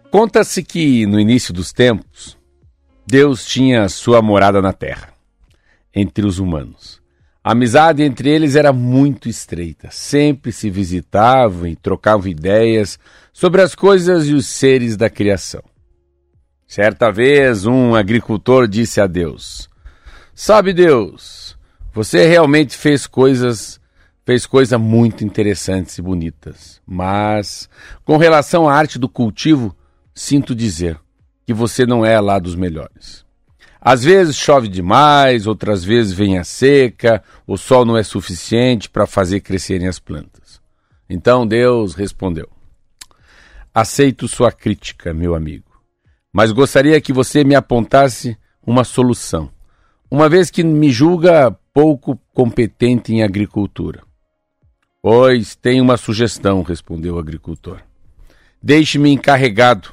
Conta-se que, no início dos tempos, Deus tinha sua morada na terra, entre os humanos. A amizade entre eles era muito estreita. Sempre se visitavam e trocavam ideias sobre as coisas e os seres da criação. Certa vez, um agricultor disse a Deus: "Sabe, Deus, você realmente fez coisas muito interessantes e bonitas. Mas, com relação à arte do cultivo, sinto dizer que você não é lá dos melhores. Às vezes chove demais, outras vezes vem a seca, o sol não é suficiente para fazer crescerem as plantas." Então Deus respondeu: "Aceito sua crítica, meu amigo, mas gostaria que você me apontasse uma solução, uma vez que me julga pouco competente em agricultura." "Pois tenho uma sugestão", respondeu o agricultor. Deixe-me encarregado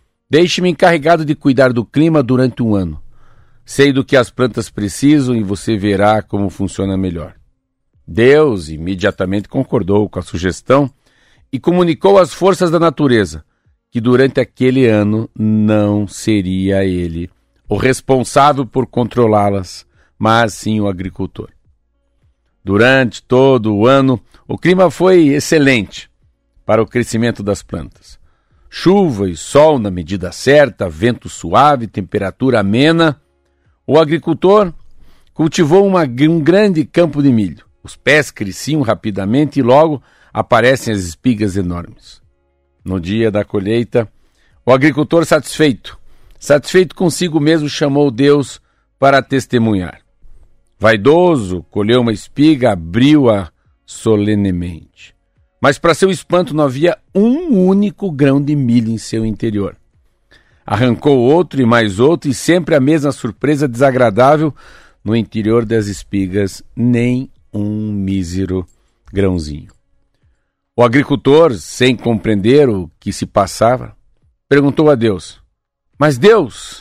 de cuidar do clima durante um ano. Sei do que as plantas precisam e você verá como funciona melhor." Deus imediatamente concordou com a sugestão e comunicou às forças da natureza que durante aquele ano não seria ele o responsável por controlá-las, mas sim o agricultor. Durante todo o ano, o clima foi excelente para o crescimento das plantas. Chuva e sol na medida certa, vento suave, temperatura amena. O agricultor cultivou um grande campo de milho. Os pés cresciam rapidamente e logo aparecem as espigas enormes. No dia da colheita, o agricultor satisfeito consigo mesmo, chamou Deus para testemunhar. Vaidoso, colheu uma espiga, abriu-a solenemente. Mas, para seu espanto, não havia um único grão de milho em seu interior. Arrancou outro e mais outro, e sempre a mesma surpresa desagradável: no interior das espigas, nem um mísero grãozinho. O agricultor, sem compreender o que se passava, perguntou a Deus: Mas Deus,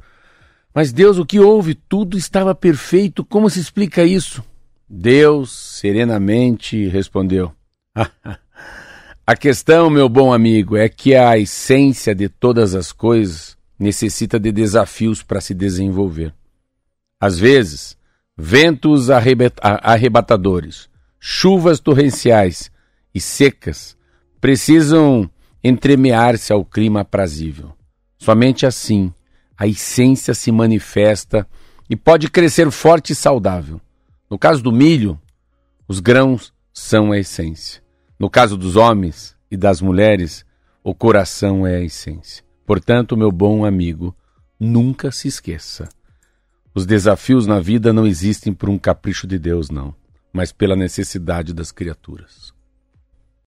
o que houve? Tudo estava perfeito, como se explica isso?" Deus, serenamente, respondeu: "A questão, meu bom amigo, é que a essência de todas as coisas necessita de desafios para se desenvolver. Às vezes, ventos arrebatadores, chuvas torrenciais e secas precisam entremear-se ao clima aprazível. Somente assim a essência se manifesta e pode crescer forte e saudável. No caso do milho, os grãos são a essência. No caso dos homens e das mulheres, o coração é a essência. Portanto, meu bom amigo, nunca se esqueça. Os desafios na vida não existem por um capricho de Deus, não, mas pela necessidade das criaturas."